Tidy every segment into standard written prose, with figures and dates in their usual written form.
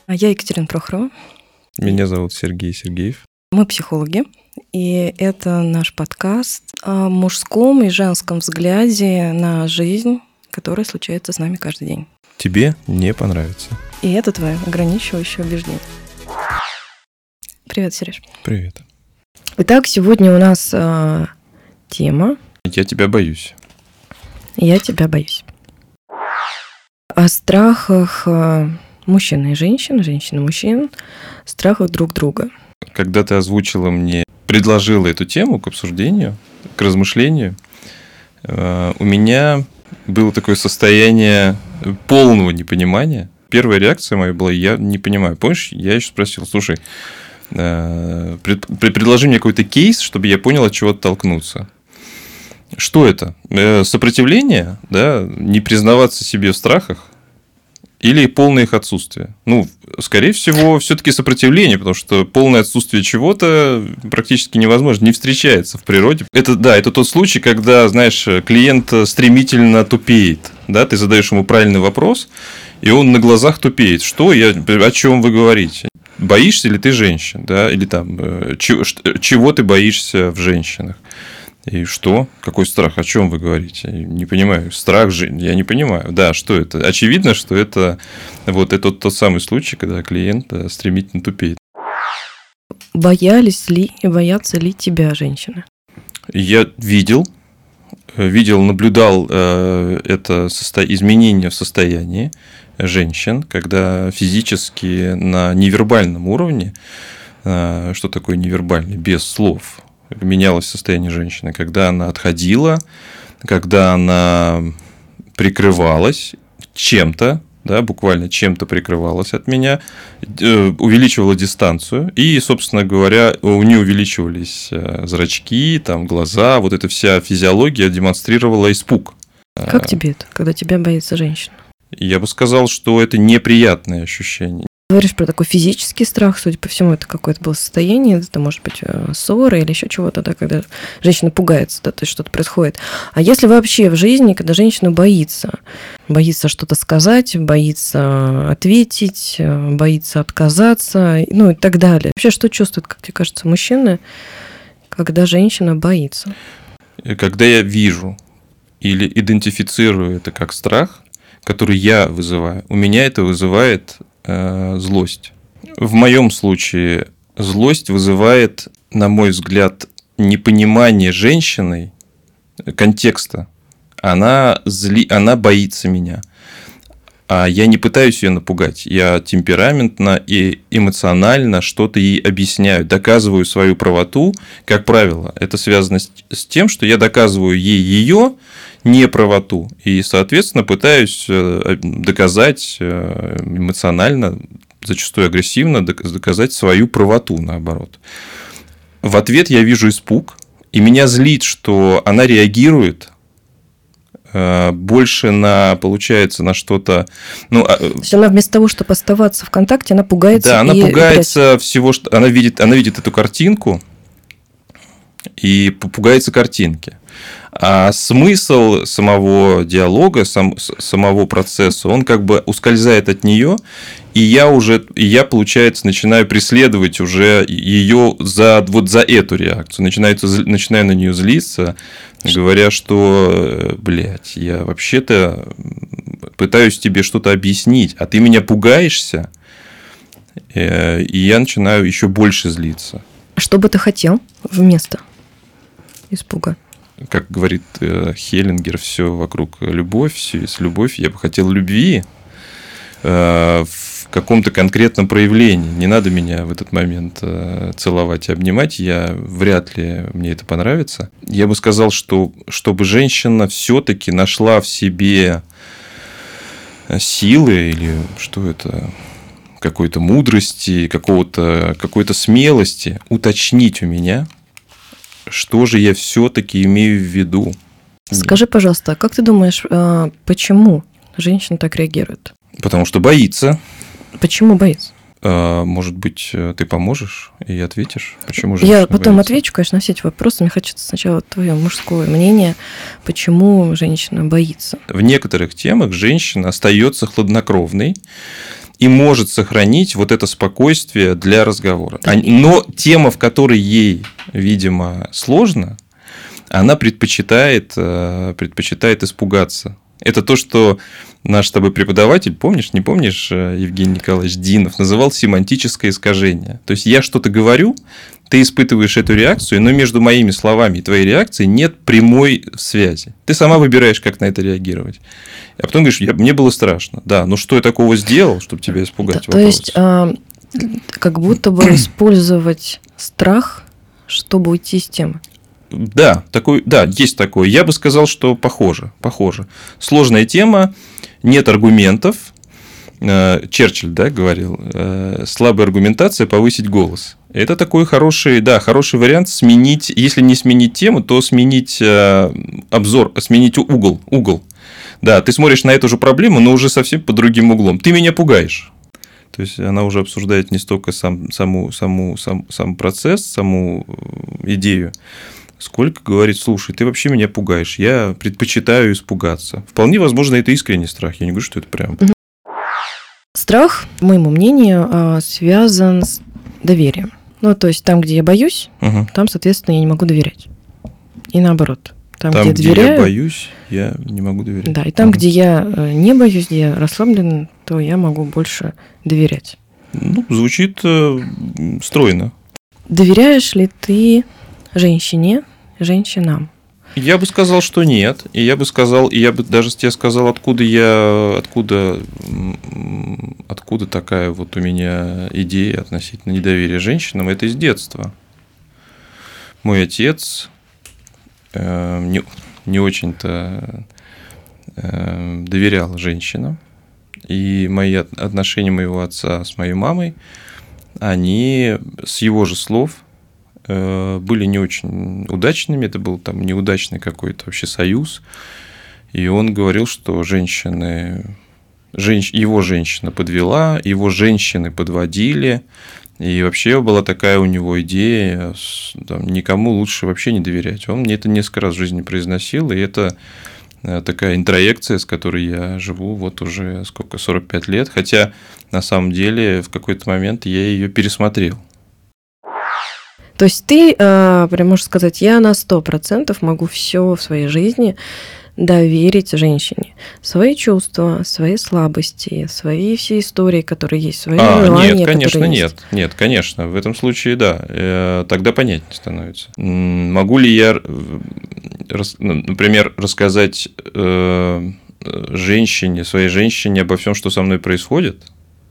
Я Екатерина Прохорова. Меня зовут Сергей Сергеев. Мы психологи, и это наш подкаст о мужском и женском взгляде на жизнь, которая случается с нами каждый день. Тебе не понравится. И это твое ограничивающее убеждение. Привет, Сереж. Привет. Итак, сегодня у нас тема Я тебя боюсь. «Я тебя боюсь». О страхах мужчин и женщин, женщин и мужчин, страхах друг друга. Когда ты предложила эту тему к обсуждению, к размышлению, у меня было такое состояние полного непонимания. Первая реакция моя была: я не понимаю. Помнишь, я еще спросил: слушай, предложи мне какой-то кейс, чтобы я понял, от чего оттолкнуться. Что это? Сопротивление, да? Не признаваться себе в страхах? Или полное их отсутствие? Скорее всего, все-таки сопротивление, потому что полное отсутствие чего-то практически невозможно, не встречается в природе. Это тот случай, когда, знаешь, клиент стремительно тупеет. Да? Ты задаешь ему правильный вопрос, и он на глазах тупеет. О чем вы говорите? Боишься ли ты женщин? Да? Или чего ты боишься в женщинах? И что? Какой страх? О чем вы говорите? Я не понимаю. Страх же, я не понимаю. Да, что это? Очевидно, что это тот самый случай, когда клиент стремительно тупеет. Боятся ли тебя женщины? Я видел, наблюдал это изменение в состоянии женщин, когда физически на невербальном уровне, что такое невербальный, без слов, менялось состояние женщины, когда она отходила, когда она прикрывалась чем-то, да, буквально чем-то прикрывалась от меня, увеличивала дистанцию, и, собственно говоря, у нее увеличивались зрачки, глаза, вот эта вся физиология демонстрировала испуг. Как тебе это, когда тебя боится женщина? Я бы сказал, что это неприятное ощущение. Говоришь про такой физический страх, судя по всему, это какое-то было состояние, это может быть ссора или еще чего-то, да, когда женщина пугается, да, то есть что-то происходит. А если вообще в жизни, когда женщина боится что-то сказать, боится ответить, боится отказаться, и так далее. Вообще, что чувствует, как тебе кажется, мужчина, когда женщина боится? Когда я вижу или идентифицирую это как страх, который я вызываю, у меня это вызывает злость. В моем случае злость вызывает, на мой взгляд, непонимание женщиной контекста. Она боится меня. А я не пытаюсь ее напугать. Я темпераментно и эмоционально что-то ей объясняю, доказываю свою правоту. Как правило, это связано с тем, что я доказываю ей ее неправоту и, соответственно, пытаюсь доказать эмоционально, зачастую агрессивно, доказать свою правоту, наоборот. В ответ я вижу испуг, и меня злит, что она реагирует больше получается, на что-то... То есть она вместо того, чтобы оставаться в контакте, она пугается. Да, она пугается всего, что... Она видит эту картинку и пугается картинки. А смысл самого диалога, самого процесса, он как бы ускользает от нее, и я, получается, начинаю преследовать уже ее за эту реакцию. Начинаю на нее злиться, говоря, что, я вообще-то пытаюсь тебе что-то объяснить, а ты меня пугаешься, и я начинаю еще больше злиться. Что бы ты хотел вместо испуга? Как говорит Хеллингер, все вокруг любовь, все есть любовь. Я бы хотел любви в каком-то конкретном проявлении. Не надо меня в этот момент целовать и обнимать. Вряд ли мне это понравится. Я бы сказал, что чтобы женщина все-таки нашла в себе силы или какой-то мудрости, какой-то смелости уточнить у меня, что же я все-таки имею в виду. Скажи, пожалуйста, как ты думаешь, почему женщина так реагирует? Потому что боится. Почему боится? Может быть, ты поможешь и ответишь, почему женщина Я потом боится? отвечу, конечно, на все эти вопросы. Мне хочется сначала твое мужское мнение, почему женщина боится. В некоторых темах женщина остается хладнокровной и может сохранить вот это спокойствие для разговора. Но тема, в которой ей, видимо, сложно, она предпочитает испугаться. Это то, что наш с тобой преподаватель, помнишь, не помнишь, Евгений Николаевич Динов, называл семантическое искажение. То есть я что-то говорю, ты испытываешь эту реакцию, но между моими словами и твоей реакцией нет прямой связи. Ты сама выбираешь, как на это реагировать. А потом говоришь, мне было страшно. Да, но что я такого сделал, чтобы тебя испугать? То есть, как будто бы использовать страх, чтобы уйти с темы. Да, есть такое. Я бы сказал, что похоже. Сложная тема, нет аргументов. Черчилль, говорил, слабая аргументация, повысить голос. Это такой хороший вариант сменить, если не сменить тему, то сменить обзор, сменить угол. Да, ты смотришь на эту же проблему, но уже совсем под другим углом. Ты меня пугаешь. То есть она уже обсуждает не столько сам процесс, саму идею, сколько говорит, слушай, ты вообще меня пугаешь, я предпочитаю испугаться. Вполне возможно, это искренний страх. Я не говорю, что это прям. Страх, по моему мнению, связан с доверием. Ну, то есть там, где я боюсь, там, соответственно, я не могу доверять. И наоборот. Там, где я боюсь, я не могу доверять. Да, и там, где я не боюсь, где я расслаблен, то я могу больше доверять. Ну, звучит стройно. Доверяешь ли ты женщинам? Я бы сказал, что нет. И я бы даже тебе сказал, откуда такая вот у меня идея относительно недоверия женщинам. Это из детства. Мой отец не очень-то доверял женщинам. И отношения моего отца с моей мамой, они, с его же слов, были не очень удачными. Это был там неудачный какой-то вообще союз. И он говорил, что его женщина подвела, его женщины подводили. И вообще была такая у него идея, никому лучше вообще не доверять. Он мне это несколько раз в жизни произносил, и это такая интроекция, с которой я живу вот уже 45 лет. Хотя на самом деле в какой-то момент я ее пересмотрел. То есть ты прям можешь сказать, я на 100% могу все в своей жизни доверить женщине. Свои чувства, свои слабости, свои все истории, которые есть, свои желания, нет, конечно, которые есть. Нет, конечно, в этом случае да, тогда понятнее становится. Могу ли я, например, рассказать своей женщине обо всем, что со мной происходит?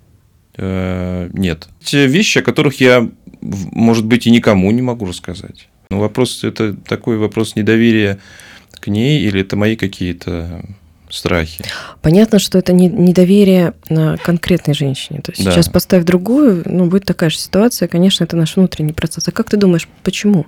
Нет. Те вещи, о которых я, может быть, и никому не могу рассказать. Но это такой вопрос недоверия к ней, или это мои какие-то страхи? Понятно, что это недоверие на конкретной женщине. То есть сейчас поставь другую, будет такая же ситуация. Конечно, это наш внутренний процесс. А как ты думаешь, почему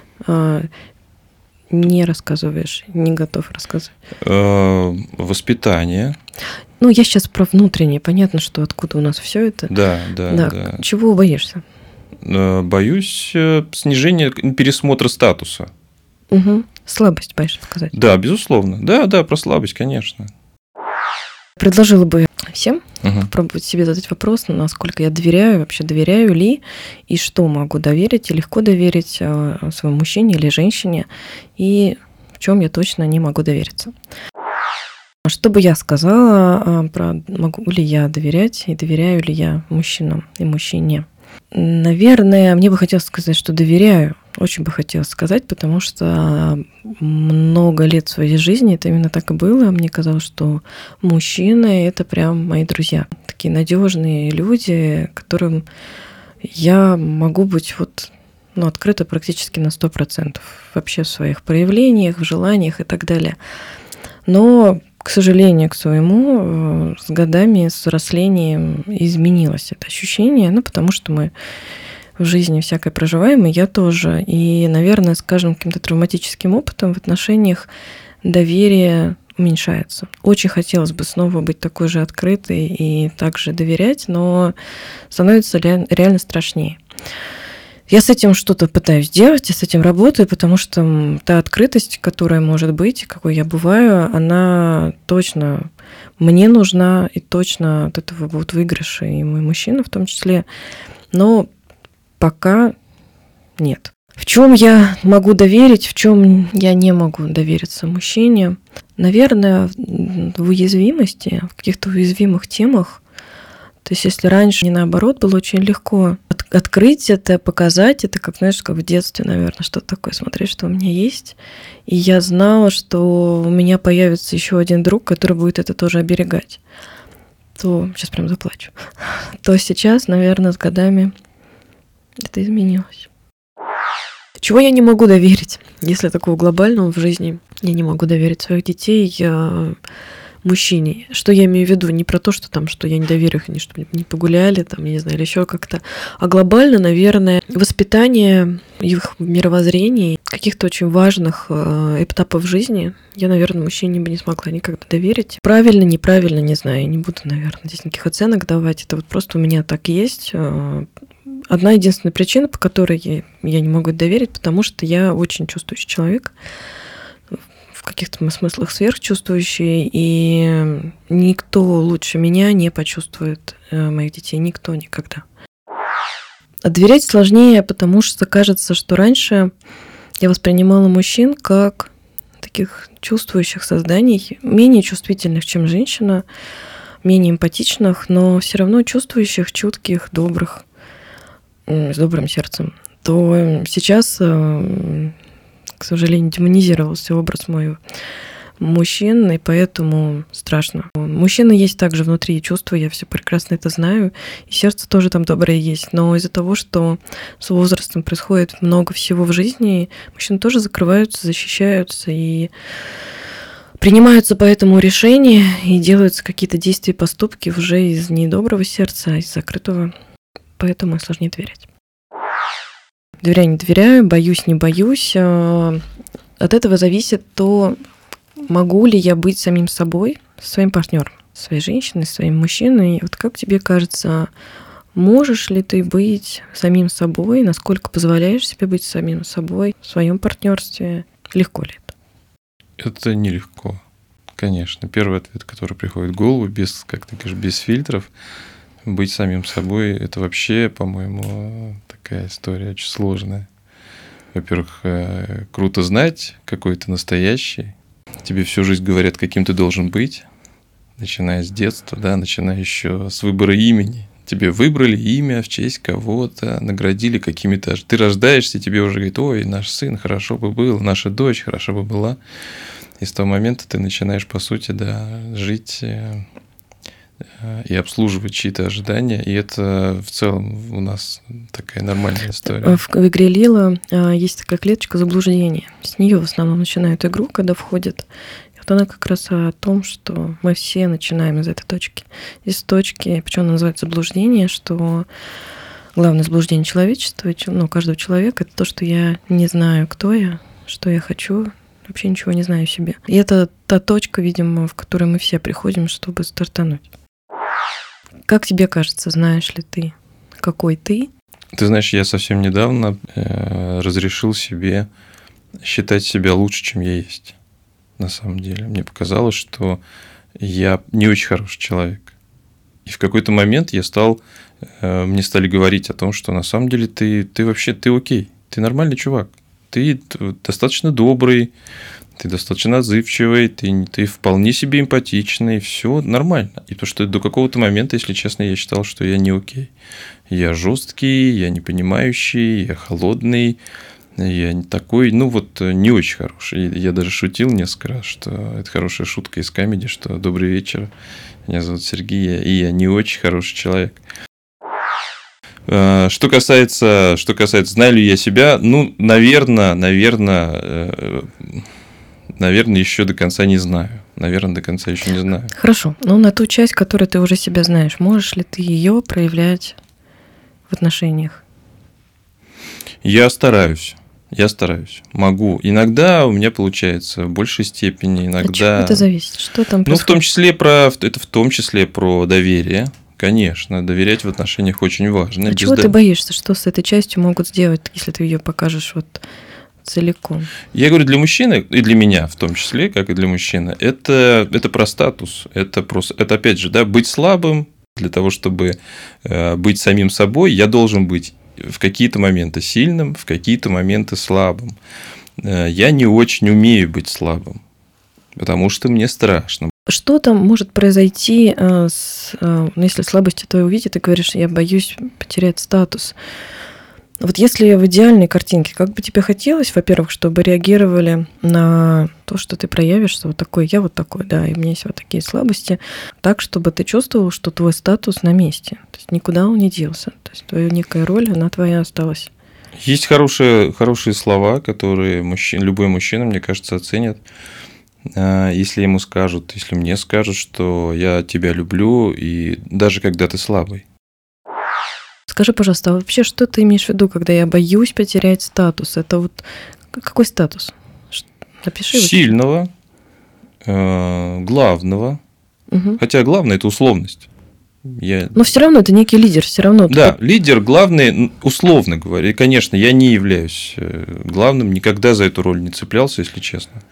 не рассказываешь, не готов рассказывать? Воспитание. Я сейчас про внутреннее. Понятно, что откуда у нас все это. Да. Чего боишься? Боюсь снижения, пересмотра статуса. Угу. Слабость, боишься сказать? Да, безусловно. Да, про слабость, конечно. Предложила бы всем попробовать себе задать вопрос, насколько я доверяю, вообще доверяю ли, и что могу доверить, и легко доверить своему мужчине или женщине, и в чем я точно не могу довериться. Что бы я сказала могу ли я доверять, и доверяю ли я мужчинам и мужчине? Наверное, мне бы хотелось сказать, что доверяю. Очень бы хотелось сказать, потому что много лет в своей жизни это именно так и было. Мне казалось, что мужчины – это прям мои друзья. Такие надежные люди, которым я могу быть открыта практически на 100%. Вообще в своих проявлениях, в желаниях и так далее. Но, к сожалению, к своему, с годами, с взрослением изменилось это ощущение, потому что мы в жизни всякое проживаем, и я тоже. И, наверное, с каждым каким-то травматическим опытом в отношениях доверие уменьшается. Очень хотелось бы снова быть такой же открытой и также доверять, но становится реально страшнее. Я с этим что-то пытаюсь делать, я с этим работаю, потому что та открытость, которая может быть, какой я бываю, она точно мне нужна, и точно от этого будут выигрыши и мой мужчина в том числе. Но пока нет. В чем я могу доверить, в чем я не могу довериться мужчине? Наверное, в уязвимости, в каких-то уязвимых темах. То есть, если раньше, не наоборот, было очень легко открыть это, показать это, как, знаешь, как в детстве, наверное, что-то такое, смотреть, что у меня есть. И я знала, что у меня появится еще один друг, который будет это тоже оберегать. То сейчас прям заплачу. То сейчас, наверное, с годами это изменилось. Чего я не могу доверить, если такого глобального в жизни? Я не могу доверить своих детей мужчине. Что я имею в виду? Не про то, что там, что я не доверю их, чтобы не погуляли, там, я не знаю, или еще как-то. А глобально, наверное, воспитание их мировоззрений, каких-то очень важных этапов жизни, я, наверное, мужчине бы не смогла никогда доверить. Правильно, неправильно, не знаю, я не буду, наверное, здесь никаких оценок давать. Это вот просто у меня так есть. Одна единственная причина, по которой я не могу доверить, потому что я очень чувствующий человек, в каких-то смыслах сверхчувствующий, и никто лучше меня не почувствует моих детей, никто никогда. А доверять сложнее, потому что кажется, что раньше я воспринимала мужчин как таких чувствующих созданий, менее чувствительных, чем женщина, менее эмпатичных, но все равно чувствующих, чутких, добрых, с добрым сердцем. То сейчас, к сожалению, демонизировался образ мой мужчин, и поэтому страшно. У мужчины есть также внутри чувства, я все прекрасно это знаю, и сердце тоже там доброе есть, но из-за того, что с возрастом происходит много всего в жизни, мужчины тоже закрываются, защищаются и принимаются по этому решения, и делаются какие-то действия и поступки уже из недоброго сердца, а из закрытого, поэтому сложнее доверять. Доверяю, не доверяю, боюсь, не боюсь. От этого зависит то, могу ли я быть самим собой, своим партнером, своей женщиной, своим мужчиной. Вот как тебе кажется, можешь ли ты быть самим собой, насколько позволяешь себе быть самим собой в своем партнерстве? Легко ли это? Это нелегко, конечно. Первый ответ, который приходит в голову, без, как ты говоришь, без фильтров, быть самим собой, это вообще, по-моему, такая история очень сложная. Во-первых, круто знать, какой ты настоящий. Тебе всю жизнь говорят, каким ты должен быть, начиная с детства, да, начиная еще с выбора имени. Тебе выбрали имя в честь кого-то, наградили какими-то... Ты рождаешься, и тебе уже говорят, ой, наш сын хорошо бы был, наша дочь хорошо бы была. И с того момента ты начинаешь, по сути, да, жить и обслуживать чьи-то ожидания. И это в целом у нас такая нормальная история. В игре Лила есть такая клеточка заблуждения. С нее в основном начинают игру, когда входят. И вот она как раз о том, что мы все начинаем из этой точки. Из точки, почему она называется заблуждение, что главное заблуждение человечества, ну, каждого человека, это то, что я не знаю, кто я, что я хочу, вообще ничего не знаю о себе. И это та точка, видимо, в которой мы все приходим, чтобы стартануть. Как тебе кажется, знаешь ли ты, какой ты? Ты знаешь, я совсем недавно разрешил себе считать себя лучше, чем я есть. На самом деле. Мне показалось, что я не очень хороший человек. И в какой-то момент мне стали говорить о том, что на самом деле ты вообще, ты окей, ты нормальный чувак. Ты достаточно добрый, ты достаточно отзывчивый, ты вполне себе эмпатичный, все нормально. И потому что до какого-то момента, если честно, я считал, что я не окей. Я жесткий, я не понимающий, я холодный, я не такой, не очень хороший. Я даже шутил несколько раз, что это хорошая шутка из комедии, что добрый вечер, меня зовут Сергей, и я не очень хороший человек. Что касается, знаю ли я себя, наверное, еще до конца не знаю. Хорошо. На ту часть, которую ты уже себя знаешь, можешь ли ты ее проявлять в отношениях? Я стараюсь. Могу. Иногда у меня получается в большей степени, иногда... От чего это зависит? Что там происходит? Это в том числе про доверие, Конечно, доверять в отношениях очень важно. А чего ты боишься? Что с этой частью могут сделать, если ты ее покажешь вот целиком? Я говорю, для мужчины, и для меня в том числе, как и для мужчины, это про статус. Это опять же, да, быть слабым. Для того, чтобы быть самим собой, я должен быть в какие-то моменты сильным, в какие-то моменты слабым. Я не очень умею быть слабым, потому что мне страшно. Что там может произойти, если слабости твои увидят, ты говоришь, я боюсь потерять статус? Вот если в идеальной картинке, как бы тебе хотелось, во-первых, чтобы реагировали на то, что ты проявишь, что вот такой, я вот такой, да, и у меня есть вот такие слабости, так, чтобы ты чувствовал, что твой статус на месте, то есть никуда он не делся, то есть твоя некая роль, она твоя осталась. Есть хорошие слова, которые любой мужчина, мне кажется, оценит. Если ему скажут, если мне скажут, что я тебя люблю, и даже когда ты слабый. Скажи, пожалуйста, а вообще что ты имеешь в виду, когда я боюсь потерять статус? Это вот какой статус? Напиши. Сильного, главного. Угу. Хотя главное – это условность. Но все равно это некий лидер, все равно. Да, лидер главный, условно говоря. И, конечно, я не являюсь главным, никогда за эту роль не цеплялся, если честно.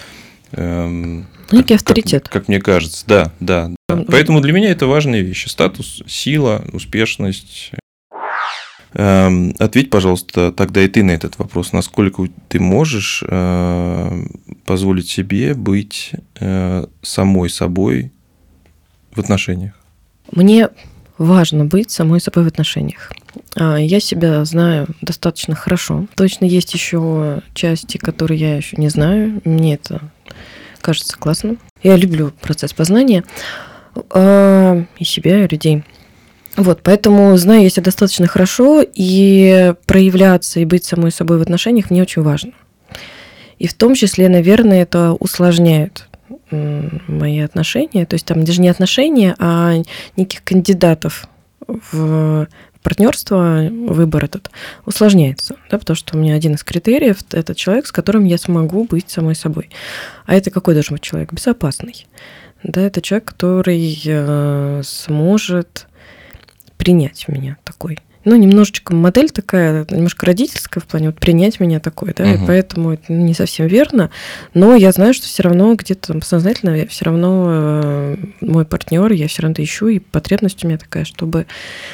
Некий авторитет. Как мне кажется, да. Поэтому для меня это важные вещи. Статус, сила, успешность. Ответь, пожалуйста, тогда и ты на этот вопрос. Насколько ты можешь позволить себе быть самой собой в отношениях? Мне важно быть самой собой в отношениях. Я себя знаю достаточно хорошо. Точно есть еще части, которые я еще не знаю. Мне это кажется классным. Я люблю процесс познания и себя, и людей. Вот, поэтому знаю я себя достаточно хорошо, и проявляться и быть самой собой в отношениях мне очень важно. И в том числе, наверное, это усложняет мои отношения. То есть там даже не отношения, а неких кандидатов в партнерство, выбор этот усложняется, да, потому что у меня один из критериев – это человек, с которым я смогу быть самой собой. А это какой должен быть человек? Безопасный. Да, это человек, который сможет принять меня такой. Ну, немножечко модель такая, немножко родительская в плане вот принять меня такой, да, и поэтому это не совсем верно, но я знаю, что все равно где-то сознательно все равно мой партнер, я все равно ищу, и потребность у меня такая, чтобы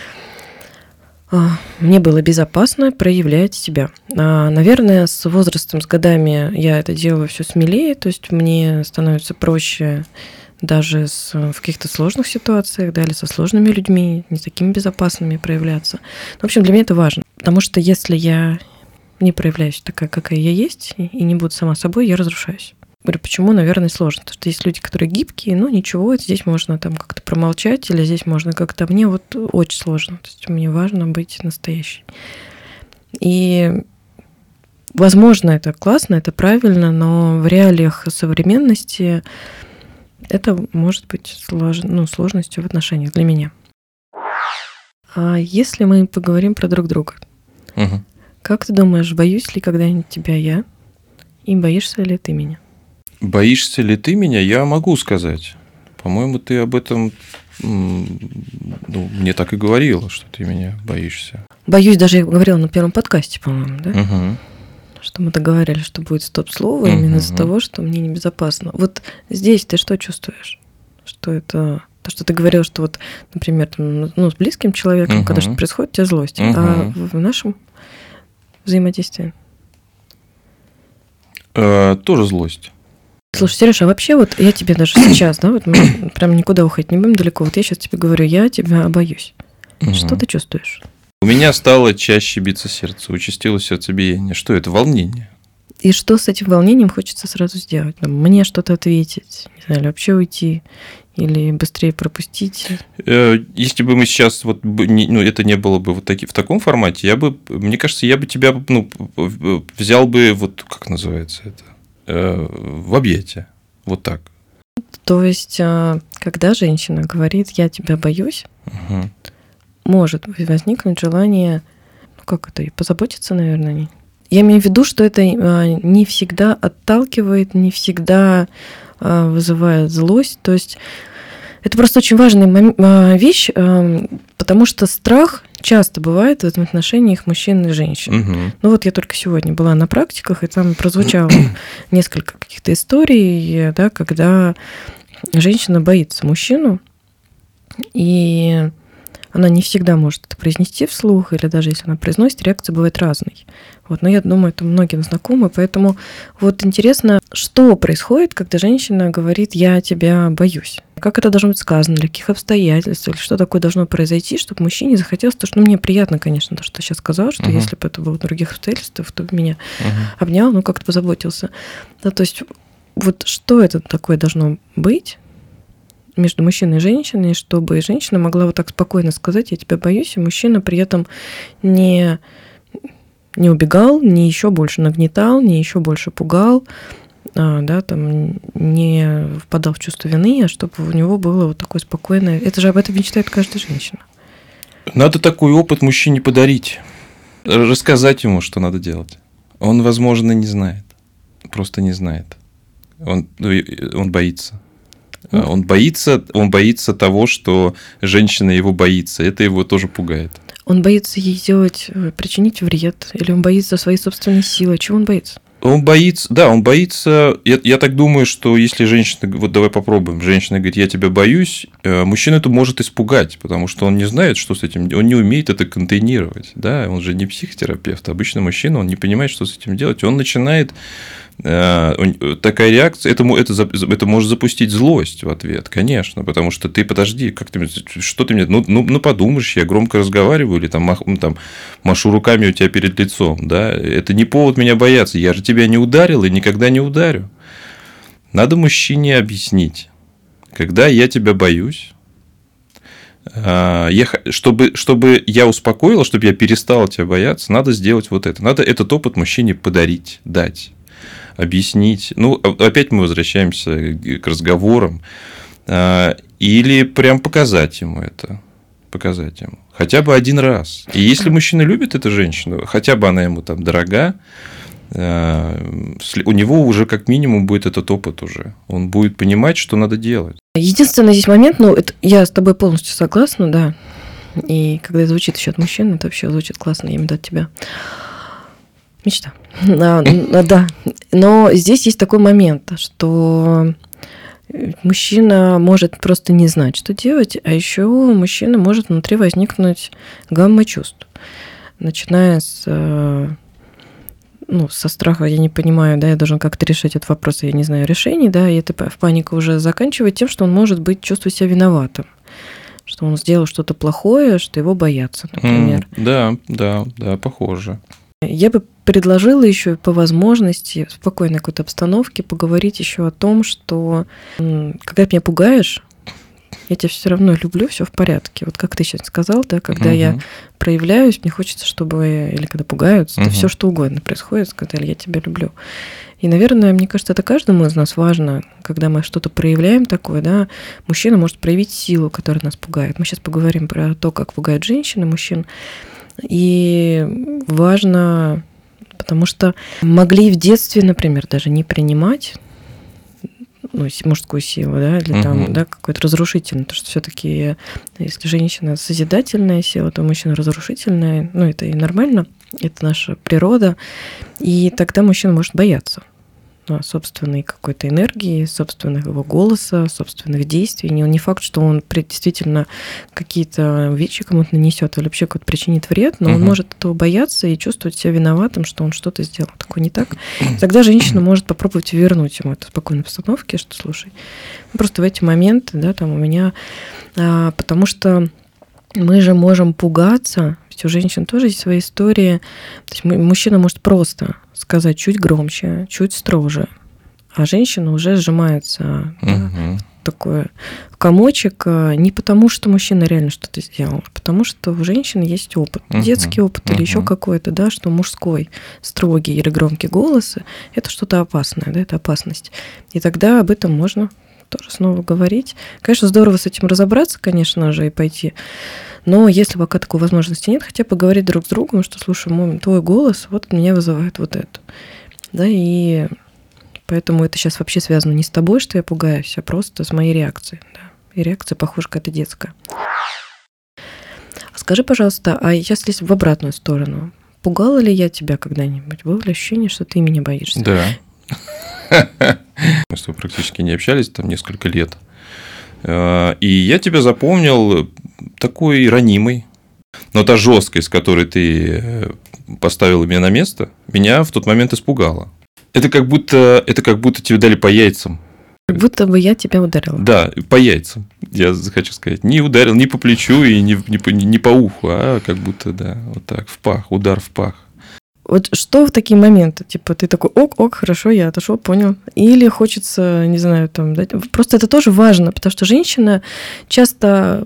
мне было безопасно проявлять себя. Наверное, с возрастом, с годами я это делаю все смелее, то есть мне становится проще даже в каких-то сложных ситуациях, да, или со сложными людьми, не такими безопасными проявляться. В общем, для меня это важно, потому что если я не проявляюсь такая, какая я есть, и не буду сама собой, я разрушаюсь. Говорю, почему, наверное, сложно. Потому что есть люди, которые гибкие, ну ничего, здесь можно там как-то промолчать, или здесь можно как-то... Мне вот очень сложно. То есть мне важно быть настоящей. И, возможно, это классно, это правильно, но в реалиях современности это может быть сложностью в отношениях для меня. А если мы поговорим про друг друга, как ты думаешь, боюсь ли когда-нибудь тебя я, и боишься ли ты меня? Боишься ли ты меня? Я могу сказать. По-моему, ты об этом мне так и говорила, что ты меня боишься. Боюсь, даже я говорила на первом подкасте, по-моему, да? Что мы договаривались, что будет стоп-слово именно из-за того, что мне небезопасно. Вот здесь ты что чувствуешь? Что это... То, что ты говорил, что вот, например, с близким человеком, когда что-то происходит, у тебя злость. А в нашем взаимодействии? Тоже злость. Слушай, Сереж, а вообще вот я тебе даже сейчас, да, вот мы прям никуда уходить не будем далеко, вот я сейчас тебе говорю, я тебя боюсь. Что ты чувствуешь? У меня стало чаще биться сердце, участилось сердцебиение. Что это? Волнение. И что с этим волнением хочется сразу сделать? Мне что-то ответить, не знаю, или вообще уйти, или быстрее пропустить? Если бы мы сейчас это не было бы в таком формате, мне кажется, я бы тебя взял бы, вот как называется это, в объятия. Вот так. То есть, когда женщина говорит «я тебя боюсь», может возникнуть желание, позаботиться, наверное, о ней. Я имею в виду, что это не всегда отталкивает, не всегда вызывает злость. То есть Это просто очень важная вещь, потому что страх часто бывает в отношениях мужчин и женщин. Угу. Ну вот я только сегодня была на практиках, и там прозвучало несколько каких-то историй, да, когда женщина боится мужчину, и она не всегда может это произнести вслух, или даже если она произносит, реакция бывает разной. Вот, но я думаю, это многим знакомо, поэтому вот интересно, что происходит, когда женщина говорит «я тебя боюсь». Как это должно быть сказано, для каких обстоятельств, или что такое должно произойти, чтобы мужчине захотелось, потому что мне приятно, конечно, то, что ты сейчас сказал, что если бы это было в других обстоятельствах, то меня обнял, как-то позаботился. Да, то есть вот что это такое должно быть между мужчиной и женщиной, чтобы женщина могла вот так спокойно сказать «я тебя боюсь», и мужчина при этом не убегал, не еще больше нагнетал, не еще больше пугал, да, там, не впадал в чувство вины, а чтобы у него было вот такое спокойное... Это же об этом мечтает каждая женщина. Надо такой опыт мужчине подарить, рассказать ему, что надо делать. Он, возможно, не знает, просто не знает. Он боится. Он боится того, что женщина его боится. Это его тоже пугает. Он боится ей причинить вред, или он боится своей собственной силы. Чего он боится? Он боится. Я так думаю, что если женщина, вот давай попробуем, женщина говорит, я тебя боюсь, мужчина это может испугать, потому что он не знает, что с этим, он не умеет это контейнировать, да, он же не психотерапевт, обычно мужчина, он не понимает, что с этим делать, он начинает такая реакция, это может запустить злость в ответ, конечно, потому что ты подожди, что ты мне, подумаешь, я громко разговариваю или там машу руками у тебя перед лицом, да, это не повод меня бояться, я же тебя не ударил и никогда не ударю. Надо мужчине объяснить, когда я тебя боюсь, чтобы я успокоила, чтобы я перестала тебя бояться, надо сделать вот это, надо этот опыт мужчине подарить, дать. Объяснить. Опять мы возвращаемся к разговорам. Или прям показать ему это. Показать ему. Хотя бы один раз. И если мужчина любит эту женщину, хотя бы она ему там дорога, у него уже как минимум будет этот опыт уже. Он будет понимать, что надо делать. Единственный здесь момент, я с тобой полностью согласна, да. И когда звучит еще от мужчины, это вообще звучит классно, я имею в виду от тебя. Мечта. Да. Но здесь есть такой момент, что мужчина может просто не знать, что делать, а еще у мужчины может внутри возникнуть гамма чувств. Начиная со страха, я не понимаю, да, я должен как-то решить этот вопрос, я не знаю решений, да, и это в панику уже заканчивает тем, что он может чувствовать себя виноватым, что он сделал что-то плохое, что его боятся, например. Да, похоже. Я бы предложила еще по возможности в спокойной какой-то обстановке поговорить еще о том, что когда ты меня пугаешь, я тебя все равно люблю, все в порядке. Вот как ты сейчас сказал, да, когда я проявляюсь, мне хочется, чтобы, или когда пугаются, это все что угодно происходит, когда я тебя люблю. И, наверное, мне кажется, это каждому из нас важно, когда мы что-то проявляем такое, да, мужчина может проявить силу, которая нас пугает. Мы сейчас поговорим про то, как пугают женщины, мужчин. И важно, потому что могли в детстве, например, даже не принимать мужскую силу, да, или там, да, какой-то разрушительный, потому что все-таки, если женщина созидательная сила, то мужчина разрушительная, это и нормально, это наша природа, и тогда мужчина может бояться собственной какой-то энергии, собственного его голоса, собственных действий. Не факт, что он действительно какие-то вещи кому-то нанесет или вообще какой-то причинит вред, но он может этого бояться и чувствовать себя виноватым, что он что-то сделал такое не так. Тогда женщина может попробовать вернуть ему это в спокойной обстановке, что слушай, просто в эти моменты, да, там у меня, потому что мы же можем пугаться, ведь у женщин тоже есть свои истории. То есть мужчина может просто сказать чуть громче, чуть строже, а женщина уже сжимается в такой комочек не потому, что мужчина реально что-то сделал, а потому что у женщины есть опыт, детский опыт или еще какой-то, да, что мужской строгий или громкий голос – это что-то опасное, да, это опасность. И тогда об этом можно тоже снова говорить. Конечно, здорово с этим разобраться, конечно же, и пойти. Но если пока такой возможности нет, хотя бы поговорить друг с другом, что, слушай, твой голос вот меня вызывает вот это. Да, и поэтому это сейчас вообще связано не с тобой, что я пугаюсь, а просто с моей реакцией. Да. и реакция похожа какая-то детская. Скажи, пожалуйста, а если в обратную сторону, пугала ли я тебя когда-нибудь? Было ли ощущение, что ты меня боишься? Да. Мы с тобой практически не общались там несколько лет. И я тебя запомнил такой ранимый. Но та жесткость, с которой ты поставила меня на место, меня в тот момент испугала. Это как будто тебе дали по яйцам. Как будто бы я тебя ударила. Да, по яйцам, я хочу сказать. Не ударил ни по плечу и не по уху, а как будто, да, вот так, в пах, удар в пах. Вот что в такие моменты? Типа ты такой, ок, хорошо, я отошел, понял. Или хочется, не знаю, там, да, просто это тоже важно, потому что женщины часто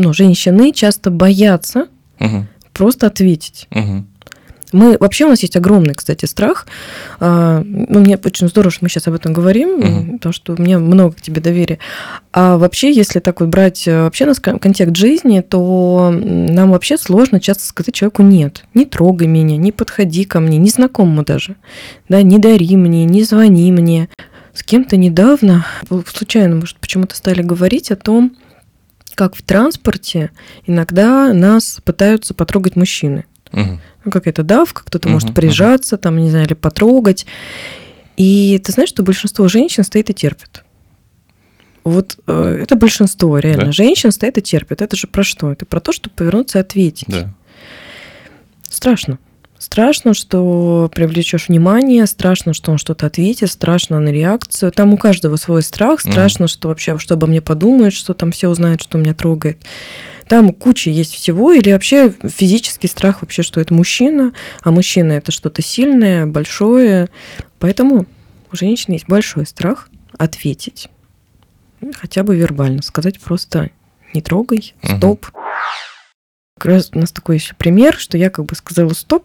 боятся просто ответить. Вообще у нас есть огромный, кстати, страх. Мне очень здорово, что мы сейчас об этом говорим, потому что у меня много к тебе доверия. А вообще, если так вот брать вообще нас контекст жизни, то нам вообще сложно часто сказать человеку «нет». Не трогай меня, не подходи ко мне, незнакомому даже. Да, не дари мне, не звони мне. С кем-то недавно, случайно, может, почему-то стали говорить о том, как в транспорте иногда нас пытаются потрогать мужчины. Какая-то давка, кто-то может прижаться, там, не знаю, или потрогать. И ты знаешь, что большинство женщин стоит и терпит. Вот это большинство, реально. Да. Женщин стоит и терпит. Это же про что? Это про то, чтобы повернуться и ответить. Да. Страшно. Страшно, что привлечешь внимание, страшно, что он что-то ответит, страшно на реакцию. Там у каждого свой страх, страшно, что вообще, что обо мне подумают, что там все узнают, что меня трогает. Там куча есть всего, или вообще физический страх вообще, что это мужчина, а мужчина это что-то сильное, большое. Поэтому у женщин есть большой страх ответить, хотя бы вербально, сказать просто «не трогай», «стоп». Как раз у нас такой еще пример, что я как бы сказала «стоп».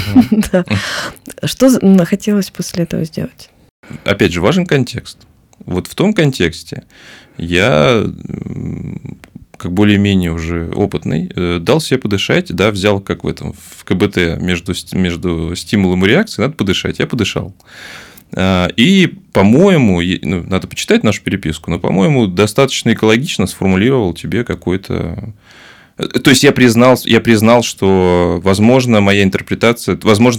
Что хотелось после этого сделать? Опять же, важен контекст. Вот в том контексте я, как более-менее уже опытный, дал себе подышать, да, взял, как в КБТ, между стимулом и реакцией, надо подышать, я подышал. И, по-моему, надо почитать нашу переписку, но, по-моему, достаточно экологично сформулировал тебе какой-то... То есть я признал, что, возможно, твоя интерпретация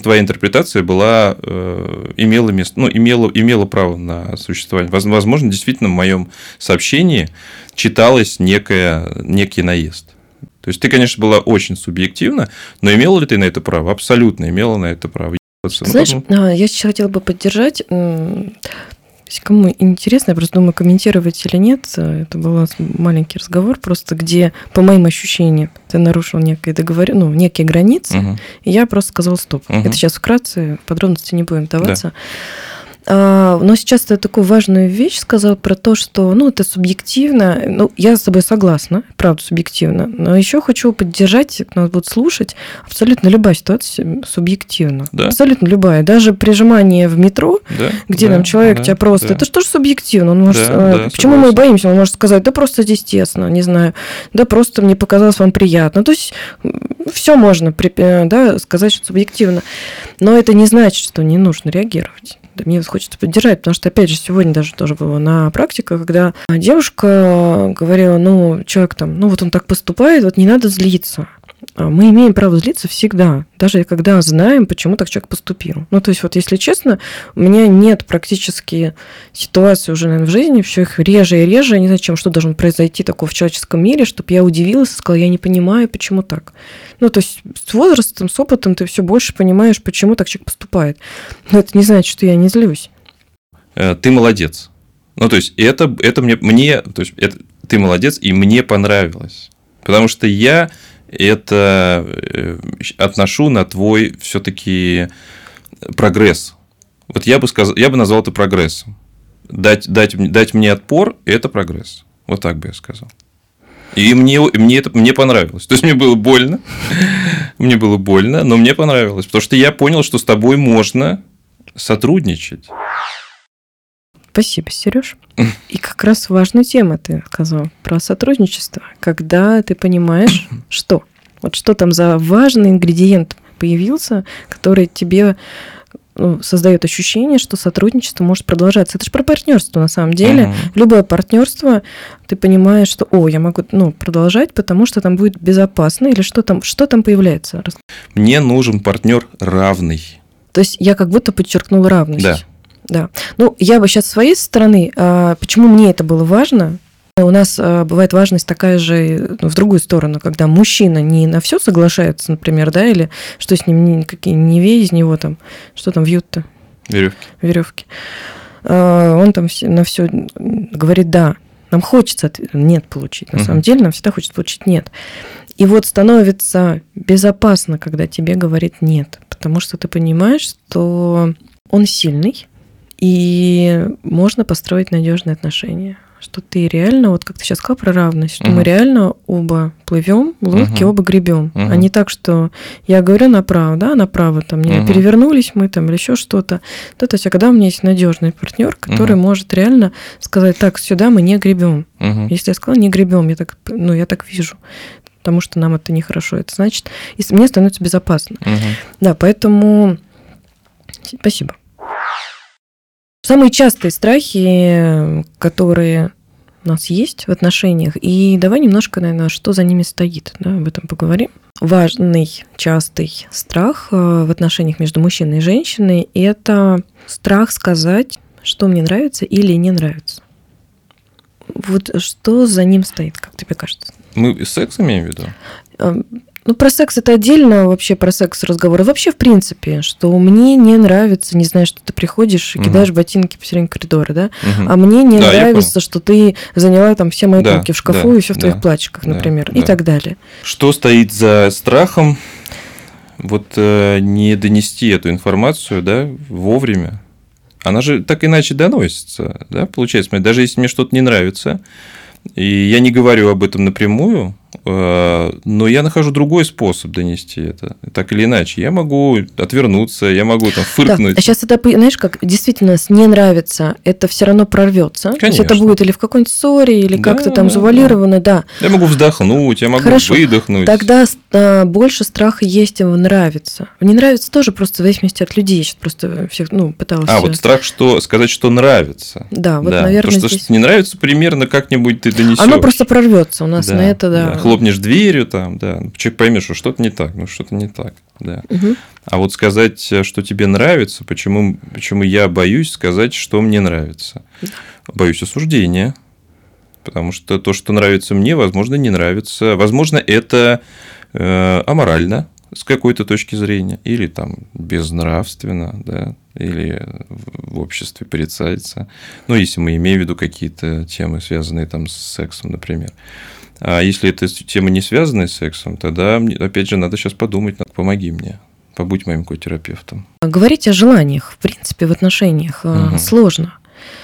имела право на существование. Возможно, действительно, в моем сообщении читалось некий наезд. То есть ты, конечно, была очень субъективна, но имела ли ты на это право? Абсолютно имела на это право. Знаешь, я сейчас хотела бы поддержать. Если кому интересно, я просто думаю, комментировать или нет. Это был маленький разговор, просто где, по моим ощущениям, ты нарушил некие границы, и я просто сказала «стоп». Это сейчас вкратце, в подробности не будем вдаваться. Да. Но сейчас ты такую важную вещь сказал про то, что это субъективно. Я с тобой согласна, правда, субъективно. Но еще хочу поддержать, нас будут слушать, абсолютно любая ситуация субъективна. Да. Абсолютно любая. Даже прижимание в метро, где там человек тебя просто... Это же тоже субъективно. Он может... Почему мы боимся? Он может сказать, да просто здесь тесно, не знаю, да просто мне показалось вам приятно. То есть все можно сказать, что субъективно. Но это не значит, что не нужно реагировать. Мне хочется поддержать, потому что, опять же, сегодня даже тоже было на практике, когда девушка говорила, человек там, он так поступает, не надо злиться. Мы имеем право злиться всегда, даже когда знаем, почему так человек поступил. То есть, если честно, у меня нет практически ситуации уже, наверное, в жизни, все их реже и реже, я не знаю, что должно произойти такого в человеческом мире, чтобы я удивилась и сказала, я не понимаю, почему так. То есть, с возрастом, с опытом ты все больше понимаешь, почему так человек поступает. Но это не значит, что я не злюсь. Ты молодец. То есть, это мне, то есть, ты молодец, и мне понравилось. Потому что я это отношу на твой все-таки прогресс. Я бы назвал это прогрессом. Дать мне отпор – это прогресс. Вот так бы я сказал. И мне понравилось. То есть мне было больно, но мне понравилось, потому что я понял, что с тобой можно сотрудничать. Спасибо, Сереж. И как раз важную тему ты сказал про сотрудничество, когда ты понимаешь, что там за важный ингредиент появился, который тебе создает ощущение, что сотрудничество может продолжаться. Это же про партнерство на самом деле. Любое партнерство, ты понимаешь, что, я могу продолжать, потому что там будет безопасно, или что там появляется? Мне нужен партнер равный. То есть я как будто подчеркнула равность. Да. Я бы сейчас с своей стороны, почему мне это было важно. У нас бывает важность такая же в другую сторону, когда мужчина не на все соглашается, например, да, или что с ним никакие не вей из него там, что там вьют-то? Веревки. Он там на все говорит да. Нам хочется нет получить. На самом деле нам всегда хочется получить нет. И вот становится безопасно, когда тебе говорит нет, потому что ты понимаешь, что он сильный, и можно построить надежные отношения. Что ты реально, вот как ты сейчас сказал про равность, что мы реально оба плывем в лодке, оба гребем. А не так, что я говорю направо, да, направо там не перевернулись мы там или еще что-то. То есть, когда у меня есть надежный партнер, который может реально сказать: так, сюда мы не гребем. Если я сказала не гребем, я так вижу, потому что нам это нехорошо. Это значит, и мне становится безопасно. Да, поэтому спасибо. Самые частые страхи, которые у нас есть в отношениях, и давай немножко, наверное, что за ними стоит, да, об этом поговорим. Важный, частый страх в отношениях между мужчиной и женщиной – это страх сказать, что мне нравится или не нравится. Вот что за ним стоит, как тебе кажется? Мы секс имеем в виду? Про секс это отдельно, вообще про секс разговор. Вообще, в принципе, что мне не нравится, не знаю, что ты приходишь и кидаешь ботинки посередине коридора, да? А мне не нравится, что ты заняла там все мои полки в шкафу и все в твоих платьичках, например, и так далее. Что стоит за страхом не донести эту информацию, да, вовремя? Она же так иначе доносится, да, получается. Даже если мне что-то не нравится, и я не говорю об этом напрямую, но я нахожу другой способ донести это. Так или иначе. Я могу отвернуться, я могу там фыркнуть. Да. А сейчас это, знаешь, как действительно не нравится, это все равно прорвется. То есть это будет или в какой-нибудь ссоре, или как-то там завуалировано, да. Я могу вздохнуть, я могу выдохнуть. Тогда больше страха есть в нравится. В не нравится тоже просто в зависимости от людей. Я сейчас просто всех пыталась... вот страх, сказать, что нравится. Да, наверное, потому что здесь... не нравится, примерно как-нибудь ты донесешь. Оно просто прорвется у нас на это, да. Хлопнешь дверью там, да. Человек поймет, что что-то не так, что-то не так, да. А вот сказать, что тебе нравится, почему я боюсь сказать, что мне нравится? Боюсь осуждения. Потому что то, что нравится мне, возможно, не нравится. Возможно, это аморально с какой-то точки зрения, или там безнравственно, да, или в обществе порицается. Если мы имеем в виду какие-то темы, связанные там с сексом, например. А если эта тема не связанная с сексом, тогда, опять же, надо сейчас подумать, помоги мне, побудь моим котерапевтом. Говорить о желаниях, в принципе, в отношениях сложно.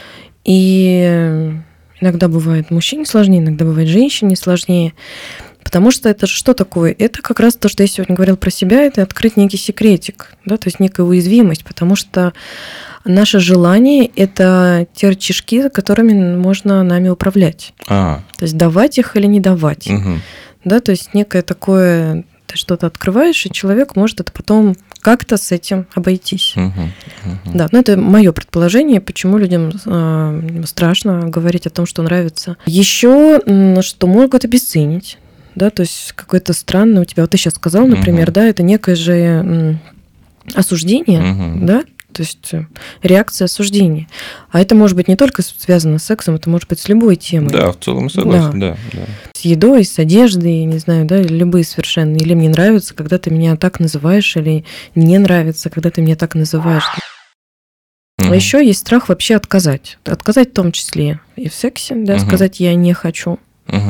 И иногда бывает мужчине сложнее, иногда бывает женщине сложнее. Потому что это что такое? Это как раз то, что я сегодня говорила про себя, это открыть некий секретик, да, то есть некая уязвимость, потому что наше желание – это те рычажки, которыми можно нами управлять. То есть давать их или не давать. Да, то есть некое такое, ты что-то открываешь, и человек может это потом как-то с этим обойтись. Да, это мое предположение, почему людям страшно говорить о том, что нравится. Еще, что могут обесценить. Да, то есть какое-то странное у тебя, вот ты сейчас сказал, например, да, это некое же осуждение, да, то есть реакция осуждения. А это может быть не только связано с сексом, это может быть с любой темой. Да, в целом согласен, да. С едой, с одеждой, не знаю, да, любые совершенно. Или мне нравится, когда ты меня так называешь, или не нравится, когда ты меня так называешь. А еще есть страх вообще отказать. Отказать в том числе и в сексе, да, сказать «я не хочу».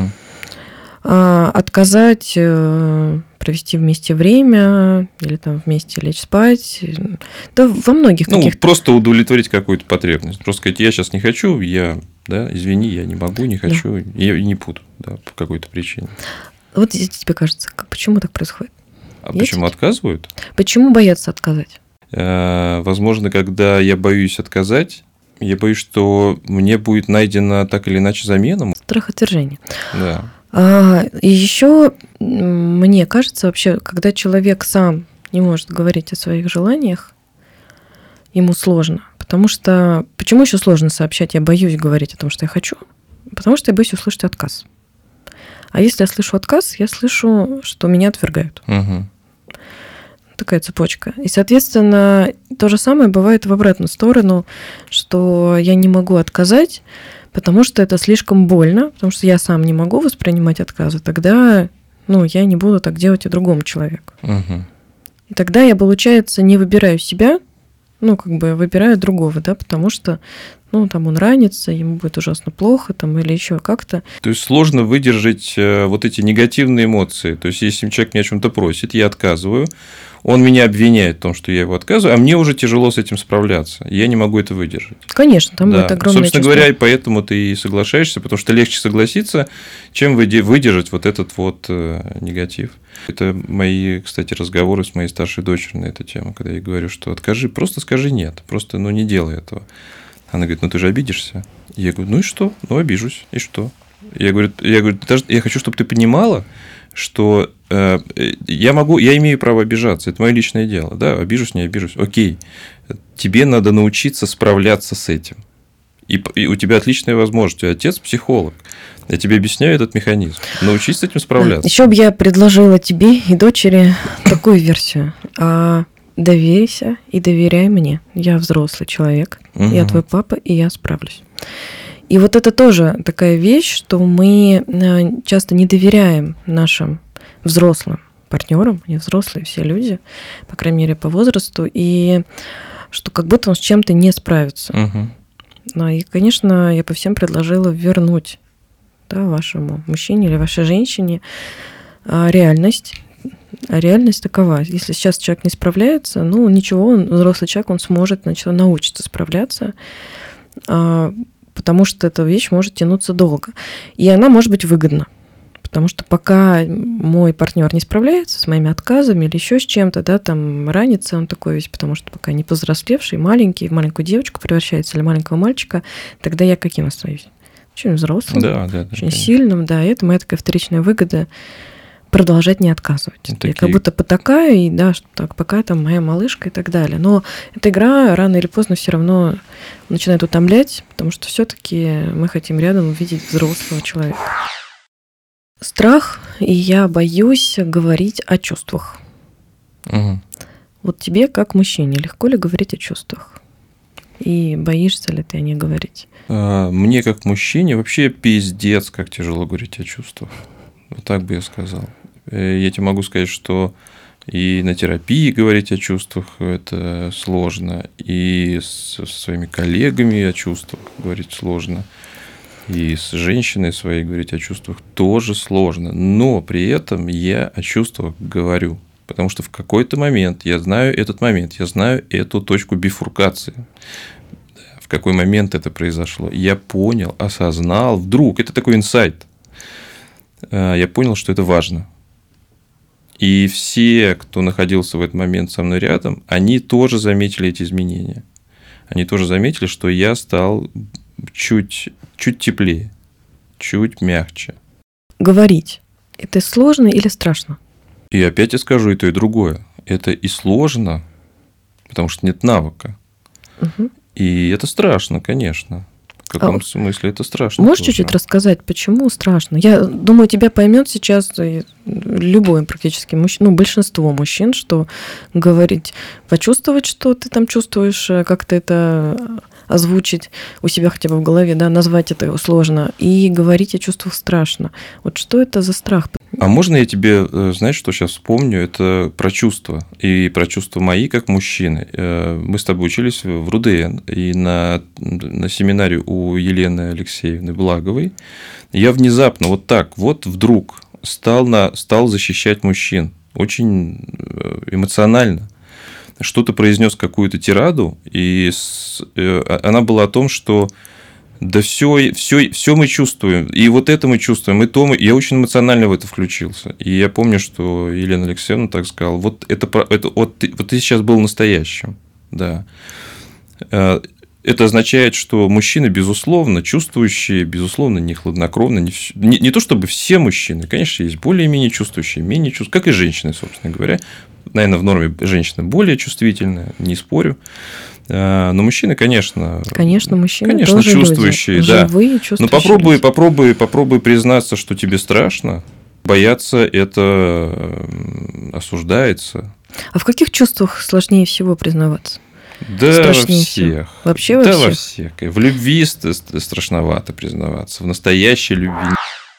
Отказать, провести вместе время или там вместе лечь спать. Да, во многих каких-то... просто удовлетворить какую-то потребность. Просто сказать, я сейчас не хочу, извини, я не могу, не хочу, я не буду, да, по какой-то причине. Вот тебе кажется, почему так происходит? Почему отказывают? Почему боятся отказать? Возможно, когда я боюсь отказать, я боюсь, что мне будет найдена так или иначе замена. Страх отвержения. Да. И еще мне кажется, вообще, когда человек сам не может говорить о своих желаниях, ему сложно. Потому что... Почему еще сложно сообщать? Я боюсь говорить о том, что я хочу. Потому что я боюсь услышать отказ. А если я слышу отказ, я слышу, что меня отвергают. Угу. Такая цепочка. И, соответственно, то же самое бывает в обратную сторону, что я не могу отказать, потому что это слишком больно, потому что я сам не могу воспринимать отказы, тогда я не буду так делать и другому человеку. Угу. И тогда я, получается, не выбираю себя, выбираю другого, да, потому что там он ранится, ему будет ужасно плохо, или еще как-то. То есть сложно выдержать вот эти негативные эмоции. То есть, если человек меня о чем-то просит, я отказываю, он меня обвиняет в том, что я его отказываю, а мне уже тяжело с этим справляться. Я не могу это выдержать. Конечно, там будет огромное собственно говоря, и поэтому ты и соглашаешься, потому что легче согласиться, чем выдержать вот этот вот негатив. Это мои, кстати, разговоры с моей старшей дочерью на эту тему, когда я ей говорю, что откажи, просто скажи нет, просто не делай этого. Она говорит, ты же обидишься. Я говорю, и что? Обижусь. И что? Я говорю, я хочу, чтобы ты понимала, что я имею право обижаться, это мое личное дело. Да, обижусь, не обижусь. Окей, тебе надо научиться справляться с этим. И у тебя отличная возможность. Отец психолог. Я тебе объясняю этот механизм. Научись с этим справляться. Еще бы я предложила тебе и дочери такую версию. Доверься и доверяй мне. Я взрослый человек, я твой папа, и я справлюсь. И вот это тоже такая вещь, что мы часто не доверяем нашим взрослым партнерам, они взрослые все люди, по крайней мере, по возрасту, и что как будто он с чем-то не справится. И, конечно, я бы всем предложила вернуть вашему мужчине или вашей женщине реальность. А реальность такова. Если сейчас человек не справляется, ничего, он взрослый человек, он сможет, научиться справляться, потому что эта вещь может тянуться долго. И она может быть выгодна. Потому что пока мой партнер не справляется с моими отказами или еще с чем-то, ранится он такой весь, потому что пока не повзрослевший, маленький, в маленькую девочку превращается или маленького мальчика, тогда я каким остаюсь? Очень взрослым, очень сильным, и это моя такая вторичная выгода продолжать не отказывать. Я как будто потакаю, и что так, пока моя малышка и так далее. Но эта игра рано или поздно все равно начинает утомлять, потому что все-таки мы хотим рядом увидеть взрослого человека. Страх, и я боюсь говорить о чувствах. Угу. Вот тебе, как мужчине, легко ли говорить о чувствах? И боишься ли ты о них говорить? Мне, как мужчине, вообще пиздец, как тяжело говорить о чувствах. Вот так бы я сказал. Я тебе могу сказать, что и на терапии говорить о чувствах это сложно, и со своими коллегами о чувствах говорить сложно, и с женщиной своей говорить о чувствах тоже сложно. Но при этом я о чувствах говорю, потому что в какой-то момент я знаю этот момент, я знаю эту точку бифуркации. В какой момент это произошло. Я понял, осознал, вдруг, это такой инсайт. Я понял, что это важно. И все, кто находился в этот момент со мной рядом, они тоже заметили эти изменения. Они тоже заметили, что я стал чуть теплее, чуть мягче. Говорить – это сложно или страшно? И опять я скажу и то, и другое. Это и сложно, потому что нет навыка. Угу. И это страшно, конечно. В каком смысле это страшно? Можешь чуть-чуть рассказать, почему страшно? Я думаю, тебя поймет сейчас любой практически мужчина, большинство мужчин, что говорить, почувствовать, что ты там чувствуешь, как-то это озвучить у себя хотя бы в голове, назвать это сложно, и говорить о чувствах страшно. Вот что это за страх? А можно я тебе, знаешь, что сейчас вспомню? Это про чувства. И про чувства мои, как мужчины. Мы с тобой учились в РУДН. И на семинаре у Елены Алексеевны Благовой я внезапно вот так вот вдруг стал защищать мужчин. Очень эмоционально. Что-то произнес какую-то тираду, и она была о том, что да все мы чувствуем, и вот это мы чувствуем, и то мы... Я очень эмоционально в это включился. И я помню, что Елена Алексеевна так сказала, вот ты сейчас был настоящим. Да. Это означает, что мужчины, безусловно, чувствующие, безусловно, не хладнокровно, не то чтобы все мужчины, конечно, есть более-менее чувствующие, менее чувствующие, как и женщины, собственно говоря. Наверное, в норме женщина более чувствительная, не спорю. Но мужчины, конечно... Конечно, мужчины конечно, тоже чувствующие, люди. да. Живые, чувствующие. Но попробуй признаться, что тебе страшно. Бояться – это осуждается. А в каких чувствах сложнее всего признаваться? Да Страшнее во всех. всего. Вообще во да всех? во всех. В любви страшновато признаваться. В настоящей любви.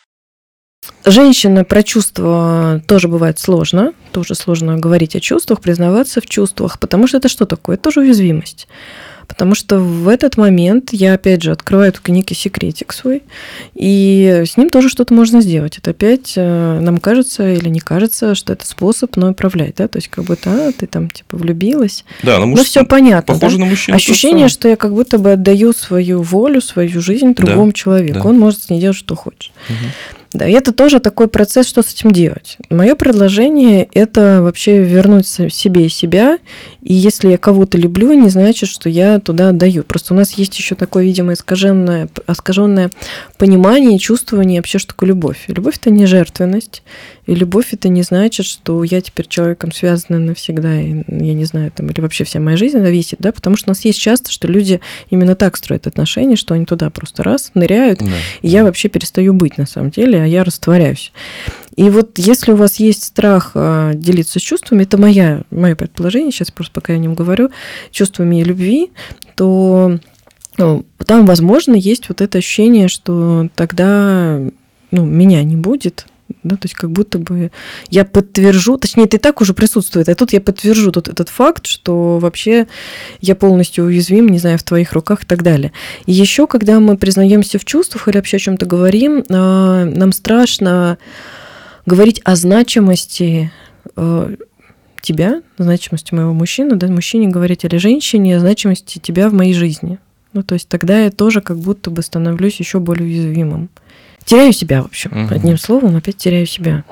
Женщина про чувства тоже бывает сложно. Тоже сложно говорить о чувствах, признаваться в чувствах. Потому что это что такое? Это тоже уязвимость. Потому что в этот момент я, опять же, открываю этот некий секретик свой, и с ним тоже что-то можно сделать. Это опять нам кажется или не кажется, что это способ мной управлять, да, то есть как будто ты там типа влюбилась. Да, ну все понятно. Похоже да? на мужчину. Ощущение, что я как будто бы отдаю свою волю, свою жизнь другому человеку. Да. Он может с ней делать, что хочет. Угу. Да, и это тоже такой процесс, что с этим делать. Мое предложение – это вообще вернуть себе себя, и если я кого-то люблю, не значит, что я туда отдаю. Просто у нас есть еще такое, видимо, искаженное понимание, чувствование вообще, что такое любовь. И любовь – это не жертвенность, и любовь – это не значит, что я теперь человеком связана навсегда, и, я не знаю, там, или вообще вся моя жизнь зависит, да, потому что у нас есть часто, что люди именно так строят отношения, что они туда просто раз ныряют, и я вообще перестаю быть на самом деле, а я растворяюсь. И вот если у вас есть страх делиться с чувствами, это мое предположение, сейчас просто пока я о нем говорю, чувствами любви, то там, возможно, есть вот это ощущение, что тогда меня не будет, да, то есть как будто бы я подтвержу, точнее, это и так уже присутствует, а тут я подтвержу этот факт, что вообще я полностью уязвим, не знаю, в твоих руках и так далее. И еще, когда мы признаемся в чувствах или вообще о чем-то говорим, нам страшно говорить о значимости тебя, значимости моего мужчины, да, мужчине говорить или женщине, о значимости тебя в моей жизни. То есть тогда я тоже как будто бы становлюсь еще более уязвимым. Теряю себя, в общем. Одним словом, опять теряю себя.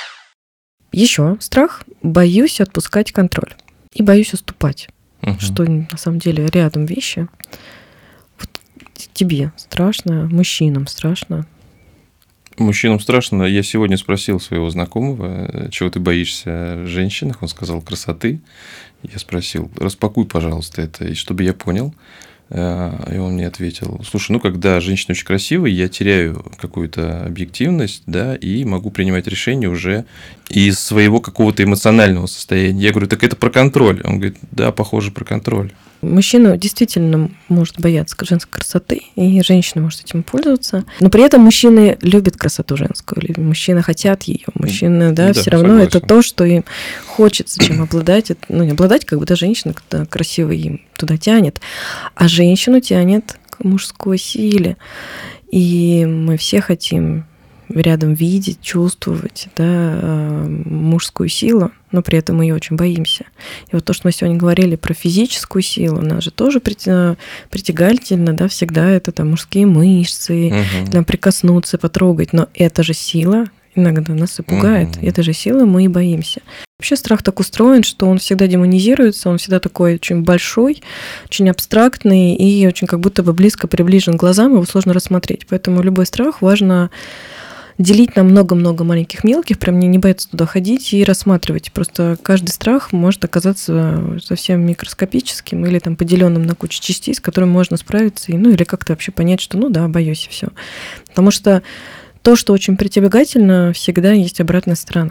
Еще страх. Боюсь отпускать контроль. И боюсь уступать. Что на самом деле рядом вещи. Вот тебе страшно, мужчинам страшно. Мужчинам страшно. Я сегодня спросил своего знакомого, чего ты боишься в женщинах. Он сказал, красоты. Я спросил, распакуй, пожалуйста, это, и чтобы я понял. И он мне ответил, слушай, когда женщина очень красивая, я теряю какую-то объективность, да, и могу принимать решения уже из своего какого-то эмоционального состояния. Я говорю, так это про контроль. Он говорит, да, похоже, про контроль. Мужчина действительно может бояться женской красоты, и женщина может этим пользоваться. Но при этом мужчины любят красоту женскую, или мужчины хотят ее. Мужчины, да, все равно согласен. Это то, что им хочется, чем обладать. Не обладать, как бы, да, женщина, когда красивая, им туда тянет, а женщину тянет к мужской силе. И мы все хотим рядом видеть, чувствовать, да, мужскую силу, но при этом мы ее очень боимся. И вот то, что мы сегодня говорили про физическую силу, она же тоже притягательна, да, всегда это там мужские мышцы, там, прикоснуться, потрогать, но это же сила иногда нас и пугает, это же сила, мы и боимся. Вообще страх так устроен, что он всегда демонизируется, он всегда такой очень большой, очень абстрактный и очень как будто бы близко приближен к глазам, его сложно рассмотреть. Поэтому любой страх важно делить на много-много маленьких мелких, прям не бояться туда ходить и рассматривать. Просто каждый страх может оказаться совсем микроскопическим или там поделенным на кучу частиц, с которыми можно справиться, или как-то вообще понять, что боюсь и все. Потому что то, что очень притягательно, всегда есть обратная сторона.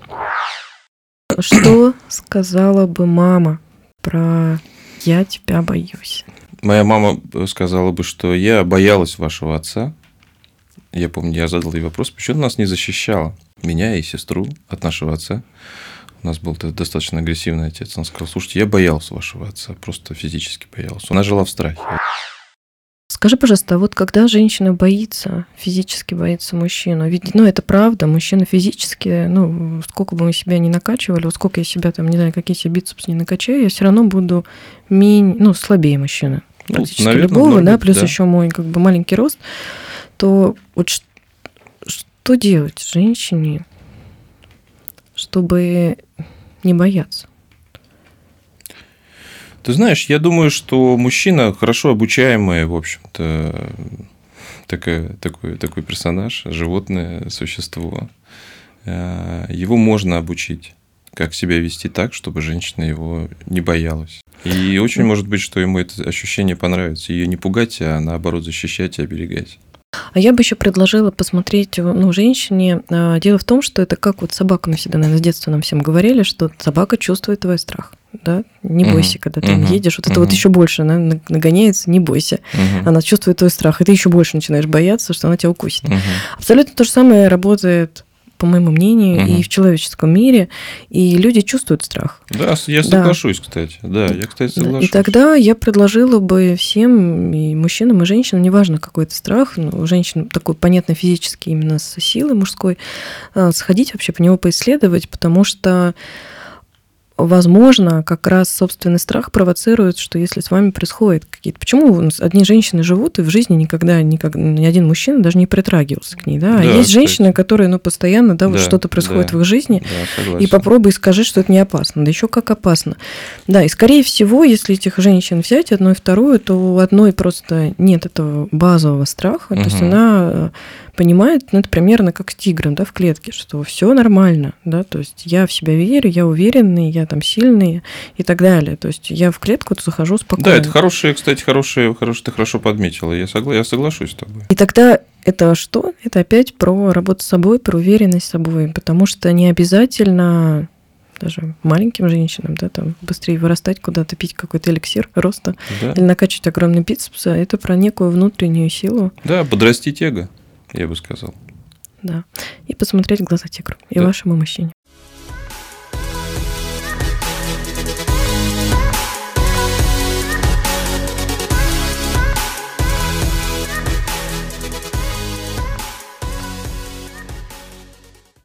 Что сказала бы мама про «я тебя боюсь»? Моя мама сказала бы, что я боялась вашего отца. Я помню, я задал ей вопрос, почему она нас не защищала, меня и сестру, от нашего отца. У нас был достаточно агрессивный отец. Он сказал, слушайте, я боялся вашего отца, просто физически боялся. Она жила в страхе. Скажи, пожалуйста, вот когда женщина боится, физически боится мужчину, ведь, это правда, мужчина физически, сколько бы мы себя ни накачивали, вот сколько я себя там, не знаю, какие себе бицепсы не накачаю, я все равно буду слабее мужчины. Практически наверное, любого, да, плюс еще мой как бы маленький рост, то вот что делать женщине, чтобы не бояться? Ты знаешь, я думаю, что мужчина хорошо обучаемый, в общем-то, такой персонаж, животное, существо. Его можно обучить, как себя вести так, чтобы женщина его не боялась. И очень может быть, что ему это ощущение понравится. Ее не пугать, а наоборот защищать и оберегать. А я бы еще предложила посмотреть, ну, женщине. Дело в том, что это как вот собака, мы всегда, наверное, с детства нам всем говорили, что собака чувствует твой страх. Да? Не бойся, когда ты едешь. Вот это вот еще больше она нагоняется, не бойся. Она чувствует твой страх, и ты еще больше начинаешь бояться, что она тебя укусит. Абсолютно то же самое работает, по моему мнению, и в человеческом мире, и люди чувствуют страх. Да, я соглашусь, кстати. Да, я, кстати, соглашусь. И тогда я предложила бы всем, и мужчинам, и женщинам, неважно, какой это страх, но у женщин такой, понятно, физический, именно с силой мужской, сходить вообще по него поисследовать, потому что возможно, как раз собственный страх провоцирует, что если с вами происходят какие-то... Почему одни женщины живут, и в жизни никогда ни один мужчина даже не притрагивался к ней, да? А есть женщины, которые, ну, постоянно, да, вот что-то происходит в их жизни, и попробуй скажи, что это не опасно. Да еще как опасно. Да, и скорее всего, если этих женщин взять, одну и вторую, то у одной просто нет этого базового страха, то есть она понимает, ну, это примерно как с тигром, да, в клетке, что все нормально, да, то есть я в себя верю, я уверенный, я там сильный и так далее. То есть я в клетку захожу спокойно. Да, это хорошее, кстати, ты хорошо подметила. Я соглашусь с тобой. И тогда это что? Это опять про работу с собой, про уверенность в собой, потому что не обязательно даже маленьким женщинам, да, там быстрее вырастать куда-то, пить какой-то эликсир роста, или накачивать огромный бицепс, это про некую внутреннюю силу. Да, подрастить эго, я бы сказал. Да. И посмотреть в глаза тигру и вашему мужчине.